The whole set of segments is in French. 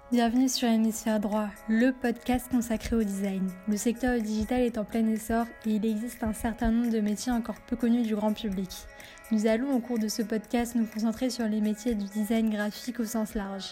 Bienvenue sur Hémisphère Droit, le podcast consacré au design. Le secteur du digital est en plein essor et il existe un certain nombre de métiers encore peu connus du grand public. Nous allons au cours de ce podcast nous concentrer sur les métiers du design graphique au sens large.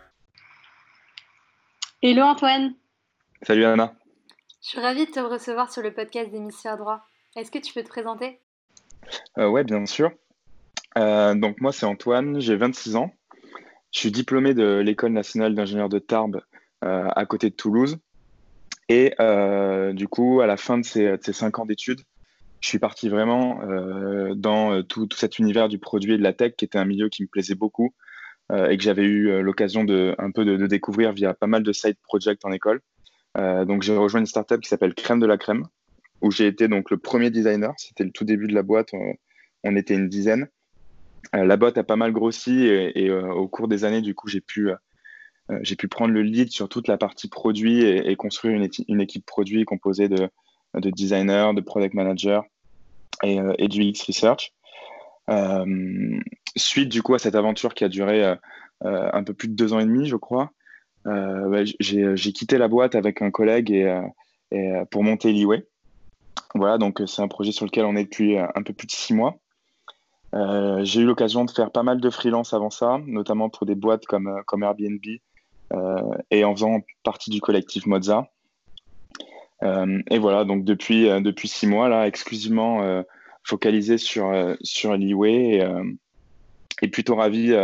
Hello Antoine. Salut Anna. Je suis ravie de te recevoir sur le podcast d'Hémisphère Droit. Est-ce que tu peux te présenter ? Ouais, bien sûr. Donc moi, c'est Antoine, j'ai 26 ans. Je suis diplômé de l'École nationale d'ingénieurs de Tarbes à côté de Toulouse. Et du coup, à la fin de ces 5 ans d'études, je suis parti vraiment dans tout cet univers du produit et de la tech, qui était un milieu qui me plaisait beaucoup et que j'avais eu l'occasion de découvrir via pas mal de side projects en école. Donc j'ai rejoint une startup qui s'appelle Crème de la Crème, où j'ai été donc le premier designer. C'était le tout début de la boîte, on était une dizaine. La boîte a pas mal grossi et au cours des années, du coup, j'ai pu prendre le lead sur toute la partie produit et construire une équipe produit composée de designers, de product managers et du UX research. Suite du coup à cette aventure qui a duré un peu plus de 2 ans et demi, je crois, j'ai quitté la boîte avec un collègue et pour monter Liway. Voilà, donc c'est un projet sur lequel on est depuis un peu plus de 6 mois. J'ai eu l'occasion de faire pas mal de freelance avant ça, notamment pour des boîtes comme Airbnb et en faisant partie du collectif Mozza. Et voilà, donc depuis 6 mois, là, exclusivement focalisé sur Liway et plutôt ravi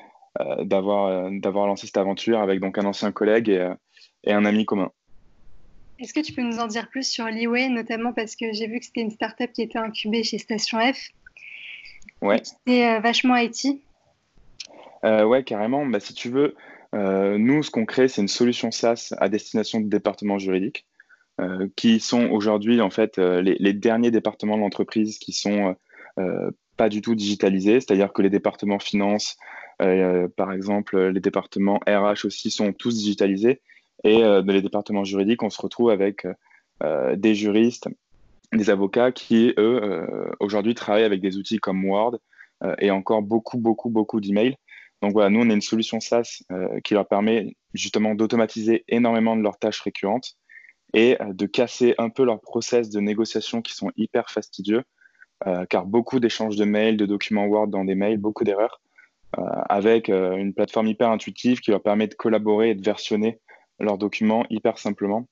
d'avoir lancé cette aventure avec donc un ancien collègue et un ami commun. Est-ce que tu peux nous en dire plus sur Liway, notamment parce que j'ai vu que c'était une startup qui était incubée chez Station F. Ouais. C'était vachement IT. Ouais, carrément. Bah, si tu veux, nous, ce qu'on crée, c'est une solution SaaS à destination de départements juridiques qui sont aujourd'hui en fait les derniers départements de l'entreprise qui sont pas du tout digitalisés. C'est-à-dire que les départements finance, par exemple, les départements RH aussi sont tous digitalisés. Et dans les départements juridiques, on se retrouve avec des juristes, des avocats qui, eux, aujourd'hui travaillent avec des outils comme Word et encore beaucoup d'emails. Donc voilà, nous, on a une solution SaaS qui leur permet justement d'automatiser énormément de leurs tâches récurrentes et de casser un peu leurs process de négociation qui sont hyper fastidieux, car beaucoup d'échanges de mails, de documents Word dans des mails, beaucoup d'erreurs, avec une plateforme hyper intuitive qui leur permet de collaborer et de versionner leurs documents hyper simplement.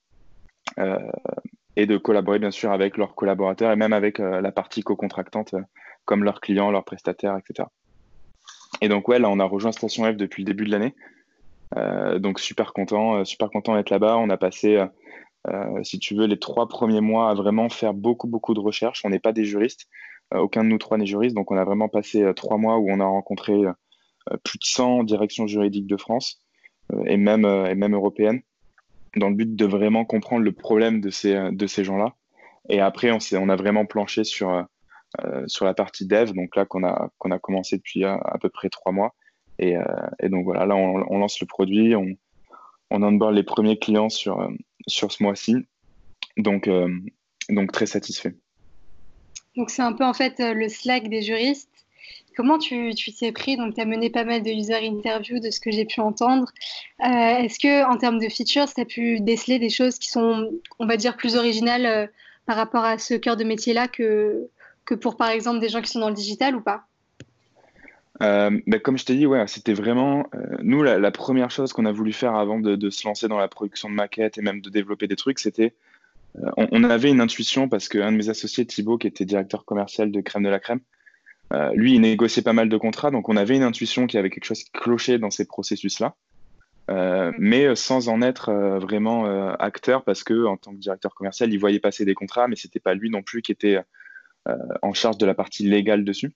Et de collaborer bien sûr avec leurs collaborateurs et même avec la partie co-contractante comme leurs clients, leurs prestataires, etc. Et donc ouais, là on a rejoint Station F depuis le début de l'année, donc super content d'être là-bas. On a passé, si tu veux, les 3 premiers mois à vraiment faire beaucoup de recherches. On n'est pas des juristes, aucun de nous 3 n'est juriste, donc on a vraiment passé 3 mois où on a rencontré plus de 100 directions juridiques de France et même européennes, dans le but de vraiment comprendre le problème de ces gens-là. Et après, on a vraiment planché sur la partie dev, donc là qu'on a commencé depuis à peu près 3 mois. Et donc voilà, là on lance le produit, on onboard les premiers clients sur ce mois-ci. Donc très satisfait. Donc c'est un peu en fait le Slack des juristes. Comment tu t'y pris ? Donc tu as mené pas mal de user interviews de ce que j'ai pu entendre. Est-ce que en termes de features, tu as pu déceler des choses qui sont, on va dire, plus originales par rapport à ce cœur de métier-là que pour par exemple des gens qui sont dans le digital ou pas ? Comme je t'ai dit, ouais, c'était vraiment nous la première chose qu'on a voulu faire avant de se lancer dans la production de maquettes et même de développer des trucs, c'était on avait une intuition parce qu'un de mes associés, Thibaut, qui était directeur commercial de Crème de la Crème, lui, il négociait pas mal de contrats, donc on avait une intuition qu'il y avait quelque chose qui clochait dans ces processus-là, mais sans en être vraiment acteur, parce que en tant que directeur commercial, il voyait passer des contrats, mais c'était pas lui non plus qui était en charge de la partie légale dessus.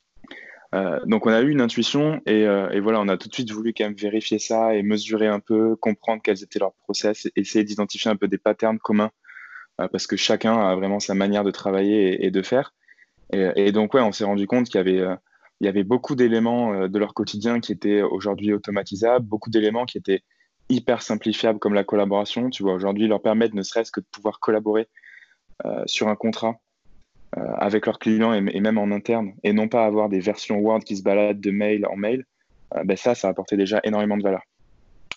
Donc on a eu une intuition et voilà, on a tout de suite voulu quand même vérifier ça et mesurer un peu, comprendre quels étaient leurs process, essayer d'identifier un peu des patterns communs parce que chacun a vraiment sa manière de travailler et de faire. Et donc ouais, on s'est rendu compte il y avait beaucoup d'éléments de leur quotidien qui étaient aujourd'hui automatisables, beaucoup d'éléments qui étaient hyper simplifiables comme la collaboration. Tu vois, aujourd'hui, leur permettre ne serait-ce que de pouvoir collaborer sur un contrat avec leurs clients et même en interne, et non pas avoir des versions Word qui se baladent de mail en mail, ça a apporté déjà énormément de valeur.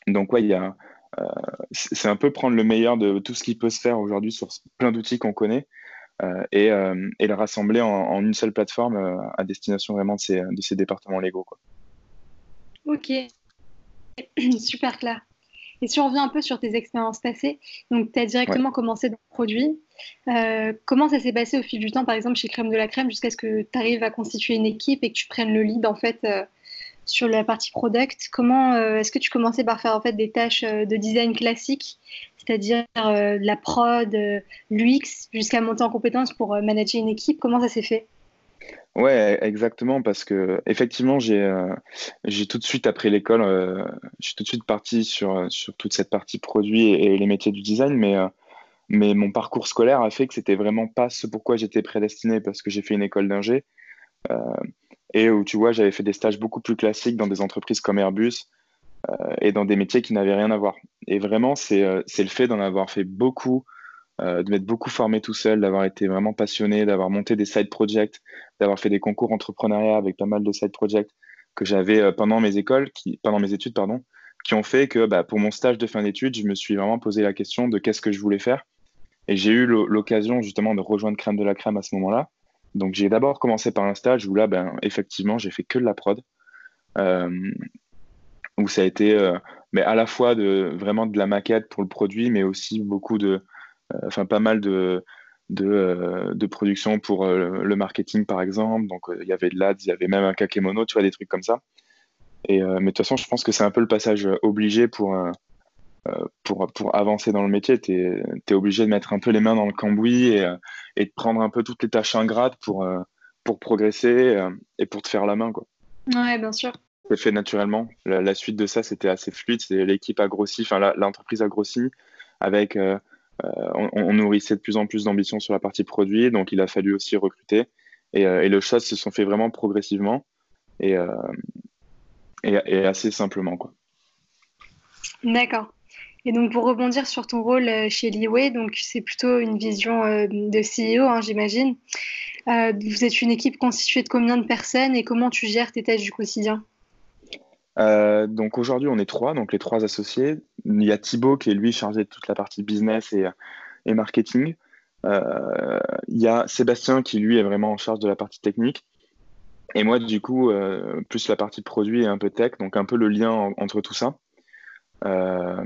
Donc, ouais, c'est un peu prendre le meilleur de tout ce qui peut se faire aujourd'hui sur plein d'outils qu'on connaît et le rassembler en une seule plateforme à destination vraiment de ces départements légaux, quoi. Ok, super clair. Et si on revient un peu sur tes expériences passées, donc tu as Ouais. directement commencé dans le produit. Comment ça s'est passé au fil du temps, par exemple chez Crème de la Crème, jusqu'à ce que tu arrives à constituer une équipe et que tu prennes le lead en fait sur la partie product? Comment est-ce que tu commençais par faire en fait des tâches de design classique, c'est-à-dire la prod, l'UX, jusqu'à monter en compétence pour manager une équipe? Comment ça s'est fait? Ouais, exactement, parce que effectivement, j'ai tout de suite après l'école, je suis tout de suite parti sur toute cette partie produit et les métiers du design, mais mon parcours scolaire a fait que c'était vraiment pas ce pourquoi j'étais prédestiné, parce que j'ai fait une école d'ingé euh, et où tu vois, j'avais fait des stages beaucoup plus classiques dans des entreprises comme Airbus et dans des métiers qui n'avaient rien à voir. Et vraiment, c'est le fait d'en avoir fait beaucoup de m'être beaucoup formé tout seul, d'avoir été vraiment passionné, d'avoir monté des side projects, d'avoir fait des concours entrepreneuriat avec pas mal de side projects que j'avais pendant mes études, pardon, qui ont fait que bah, pour mon stage de fin d'études, je me suis vraiment posé la question de qu'est-ce que je voulais faire. Et j'ai eu l'occasion justement de rejoindre Crème de la Crème à ce moment-là. Donc j'ai d'abord commencé par un stage où là, ben, effectivement, j'ai fait que de la prod, euh, où ça a été mais à la fois vraiment de la maquette pour le produit, mais aussi beaucoup enfin pas mal de production pour le marketing par exemple. Donc il y avait de l'ads, il y avait même un kakémono, tu vois, des trucs comme ça. Mais de toute façon, je pense que c'est un peu le passage obligé pour avancer dans le métier. Tu es obligé de mettre un peu les mains dans le cambouis et de prendre un peu toutes les tâches ingrates pour progresser et pour te faire la main, quoi. Ouais, bien sûr. C'est fait naturellement. La suite de ça, c'était assez fluide. L'équipe a grossi, enfin l'entreprise a grossi avec on nourrissait de plus en plus d'ambition sur la partie produit, donc il a fallu aussi recruter. Et les choses se sont fait vraiment progressivement et, euh, et assez simplement, quoi. D'accord. Et donc pour rebondir sur ton rôle chez Liway, donc c'est plutôt une vision de CEO, hein, j'imagine. Vous êtes une équipe constituée de combien de personnes et comment tu gères tes tâches du quotidien? Donc aujourd'hui, on est trois, donc les trois associés. Il y a Thibaut qui est lui chargé de toute la partie business et marketing. Il y a Sébastien qui lui est vraiment en charge de la partie technique. Et moi, du coup, plus la partie produit et un peu tech, donc un peu le lien entre tout ça. Euh,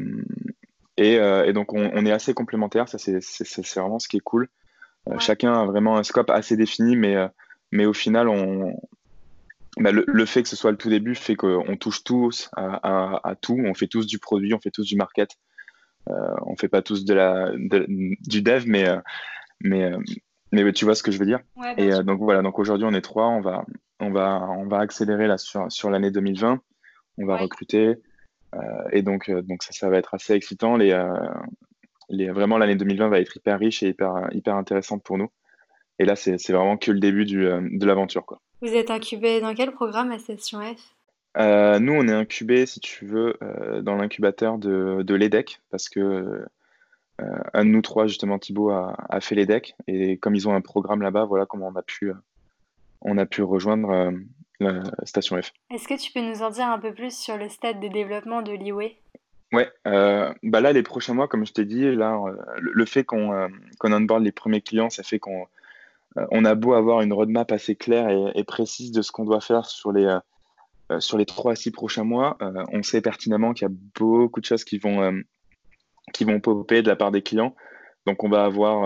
et donc, on est assez complémentaires, ça c'est vraiment ce qui est cool. Ouais. Chacun a vraiment un scope assez défini, mais au final, bah, le fait que ce soit le tout début fait qu'on touche tous à tout. On fait tous du produit, on fait tous du market. On fait pas tous du dev, mais, euh, mais tu vois ce que je veux dire. Ouais, bien Et sûr. donc voilà, donc aujourd'hui on est trois, on va accélérer là sur l'année 2020. On va Ouais. recruter et donc ça va être assez excitant. Vraiment l'année 2020 va être hyper riche et hyper intéressante pour nous. Et là c'est vraiment que le début de l'aventure, quoi. Vous êtes incubé dans quel programme à Station F? Nous, on est incubé, si tu veux, dans l'incubateur de l'EDEC, parce que un de nous trois, justement, Thibaut, a fait l'EDEC. Et comme ils ont un programme là-bas, voilà comment on a pu rejoindre la station F. Est-ce que tu peux nous en dire un peu plus sur le stade de développement de Liway? Ouais, bah là, les prochains mois, comme je t'ai dit, là, le fait qu'on onboard les premiers clients, ça fait qu'on a beau avoir une roadmap assez claire et précise de ce qu'on doit faire sur les 3 à 6 prochains mois, on sait pertinemment qu'il y a beaucoup de choses qui vont popper de la part des clients. Donc, on va avoir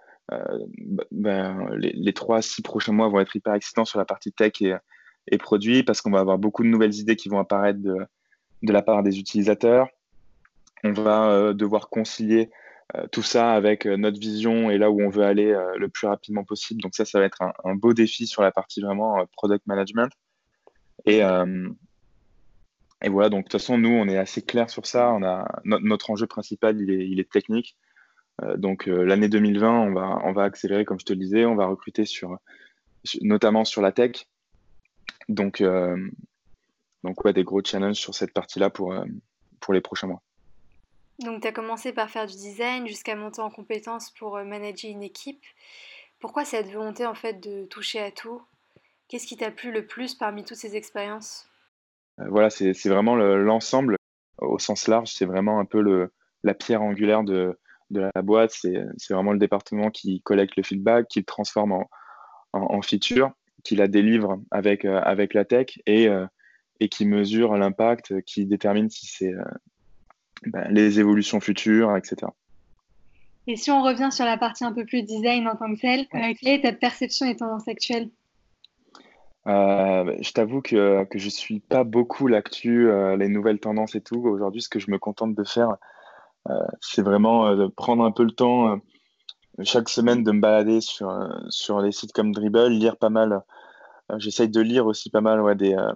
les 3 à 6 prochains mois vont être hyper excitants sur la partie tech et produits parce qu'on va avoir beaucoup de nouvelles idées qui vont apparaître de la part des utilisateurs. On va devoir concilier tout ça avec notre vision et là où on veut aller le plus rapidement possible. Donc ça va être un beau défi sur la partie vraiment product management. Et, euh, et voilà, donc de toute façon, nous, on est assez clair sur ça. Notre enjeu principal, il est technique. Donc l'année 2020, on va accélérer, comme je te le disais, on va recruter notamment sur la tech. Donc, euh, donc ouais, des gros challenges sur cette partie-là pour les prochains mois. Donc, tu as commencé par faire du design jusqu'à monter en compétences pour manager une équipe. Pourquoi cette volonté en fait de toucher à tout? Qu'est-ce qui t'a plu le plus parmi toutes ces expériences? Voilà, c'est vraiment l'ensemble. au sens large, c'est vraiment un peu la pierre angulaire de la boîte. C'est vraiment le département qui collecte le feedback, qui le transforme en feature, qui la délivre avec la tech et qui mesure l'impact, qui détermine si c'est les évolutions futures, etc. Et si on revient sur la partie un peu plus design en tant que telle, quelle est ta perception des tendances actuelles? Je t'avoue que je suis pas beaucoup l'actu, les nouvelles tendances et tout. Aujourd'hui, ce que je me contente de faire, c'est vraiment de prendre un peu le temps chaque semaine de me balader sur les sites comme Dribble, lire pas mal. J'essaye de lire aussi pas mal ouais,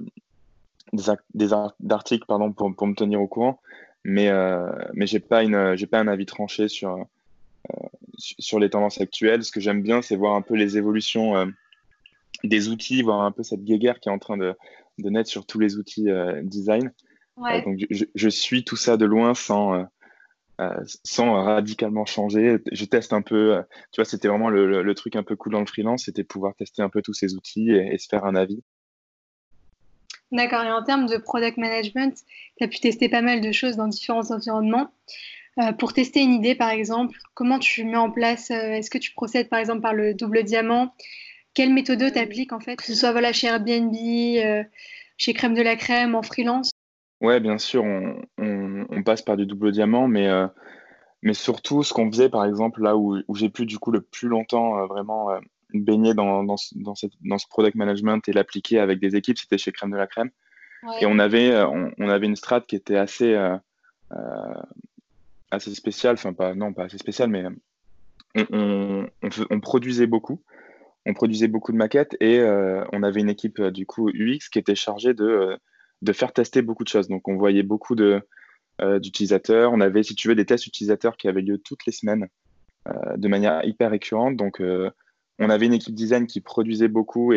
d'articles pardon, pour me tenir au courant, mais j'ai pas un avis tranché sur les tendances actuelles. Ce que j'aime bien, c'est voir un peu les évolutions des outils, voir un peu cette guéguerre qui est en train de naître sur tous les outils design. Ouais. Donc je suis tout ça de loin sans radicalement changer. Je teste un peu, tu vois, c'était vraiment le truc un peu cool dans le freelance, c'était pouvoir tester un peu tous ces outils et se faire un avis. D'accord. Et en termes de product management, tu as pu tester pas mal de choses dans différents environnements. Pour tester une idée, par exemple, comment tu mets en place, est-ce que tu procèdes par exemple par le double diamant? Quelle méthode tu appliques en fait? Que ce soit voilà, chez Airbnb, chez Crème de la Crème, en freelance? Ouais, bien sûr, on passe par du double diamant, mais surtout, ce qu'on faisait, par exemple, là où j'ai pu du coup le plus longtemps vraiment baigner dans ce product management et l'appliquer avec des équipes, c'était chez Crème de la Crème. Et Ouais. on avait une strat qui était assez spéciale, enfin pas, non, pas assez spéciale, mais on produisait beaucoup. On produisait beaucoup de maquettes et on avait une équipe du coup UX qui était chargée de faire tester beaucoup de choses. Donc on voyait beaucoup d'utilisateurs. On avait, si tu veux, des tests utilisateurs qui avaient lieu toutes les semaines de manière hyper récurrente. Donc on avait une équipe design qui produisait beaucoup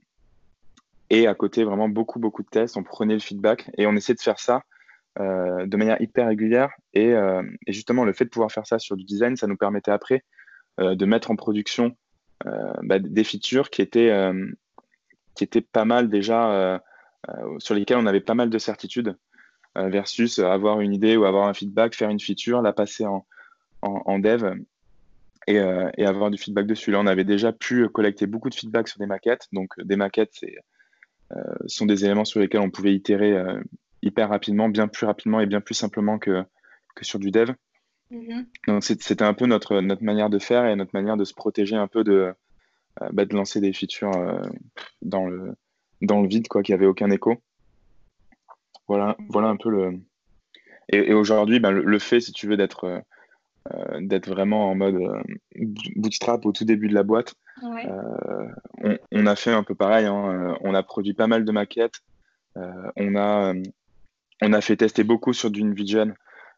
et à côté vraiment beaucoup de tests. On prenait le feedback et on essayait de faire ça de manière hyper régulière. Et justement, le fait de pouvoir faire ça sur du design, ça nous permettait après de mettre en production des features qui étaient pas mal déjà, sur lesquelles on avait pas mal de certitudes, versus avoir une idée ou avoir un feedback, faire une feature, la passer en dev et avoir du feedback dessus. Là, on avait déjà pu collecter beaucoup de feedback sur des maquettes. Donc, des maquettes, sont des éléments sur lesquels on pouvait itérer hyper rapidement, bien plus rapidement et bien plus simplement que sur du dev. Mhm. Donc, c'était un peu notre manière de faire et notre manière de se protéger un peu de lancer des features dans dans le vide, quoi, qui avait aucun écho. Voilà un peu le. Et aujourd'hui, ben, le fait, si tu veux, d'être vraiment en mode bootstrap au tout début de la boîte, Ouais. on a fait un peu pareil, hein. On a produit pas mal de maquettes. On on a fait tester beaucoup sur du InVision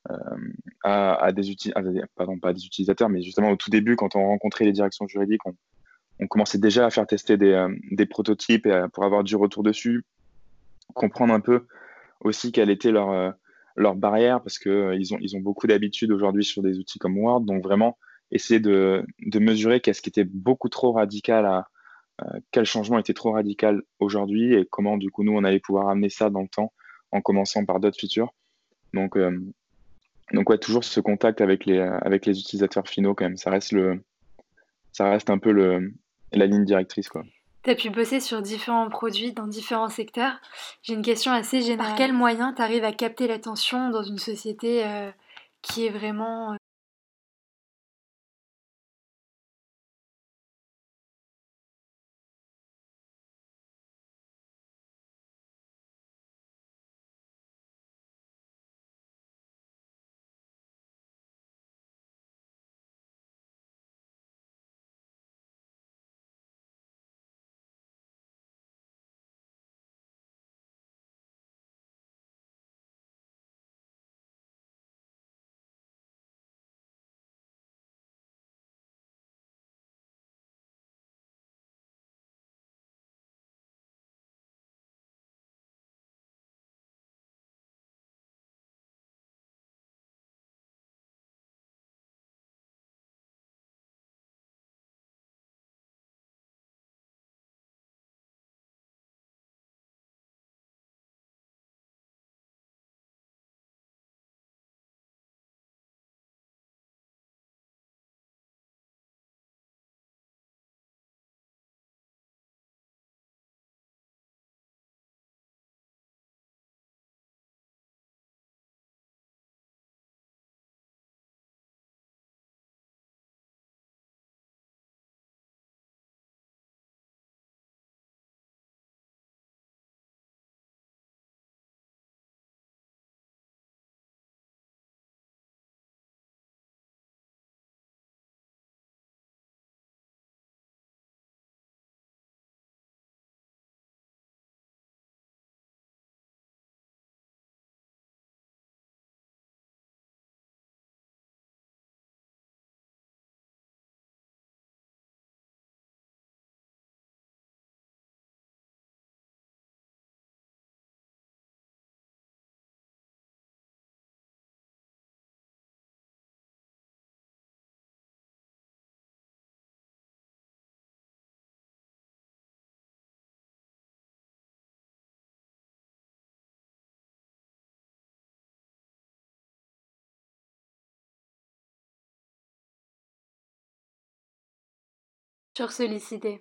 à pardon, pas à des utilisateurs, mais justement au tout début, quand on rencontrait les directions juridiques, on commençait déjà à faire tester des prototypes pour avoir du retour dessus, comprendre un peu aussi quelle était leur barrière, parce que ils ont beaucoup d'habitude aujourd'hui sur des outils comme Word, donc vraiment essayer de mesurer qu'est-ce qui était beaucoup trop radical quel changement était trop radical aujourd'hui et comment du coup nous on allait pouvoir amener ça dans le temps en commençant par d'autres features. Donc, euh, donc ouais, toujours ce contact avec les utilisateurs finaux quand même, ça reste un peu la ligne directrice quoi. Tu as pu bosser sur différents produits dans différents secteurs. J'ai une question assez générale. Par quel moyen tu arrives à capter l'attention dans une société qui est vraiment Sursollicité.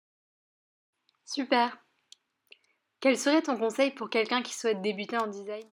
Super. Quel serait ton conseil pour quelqu'un qui souhaite débuter en design?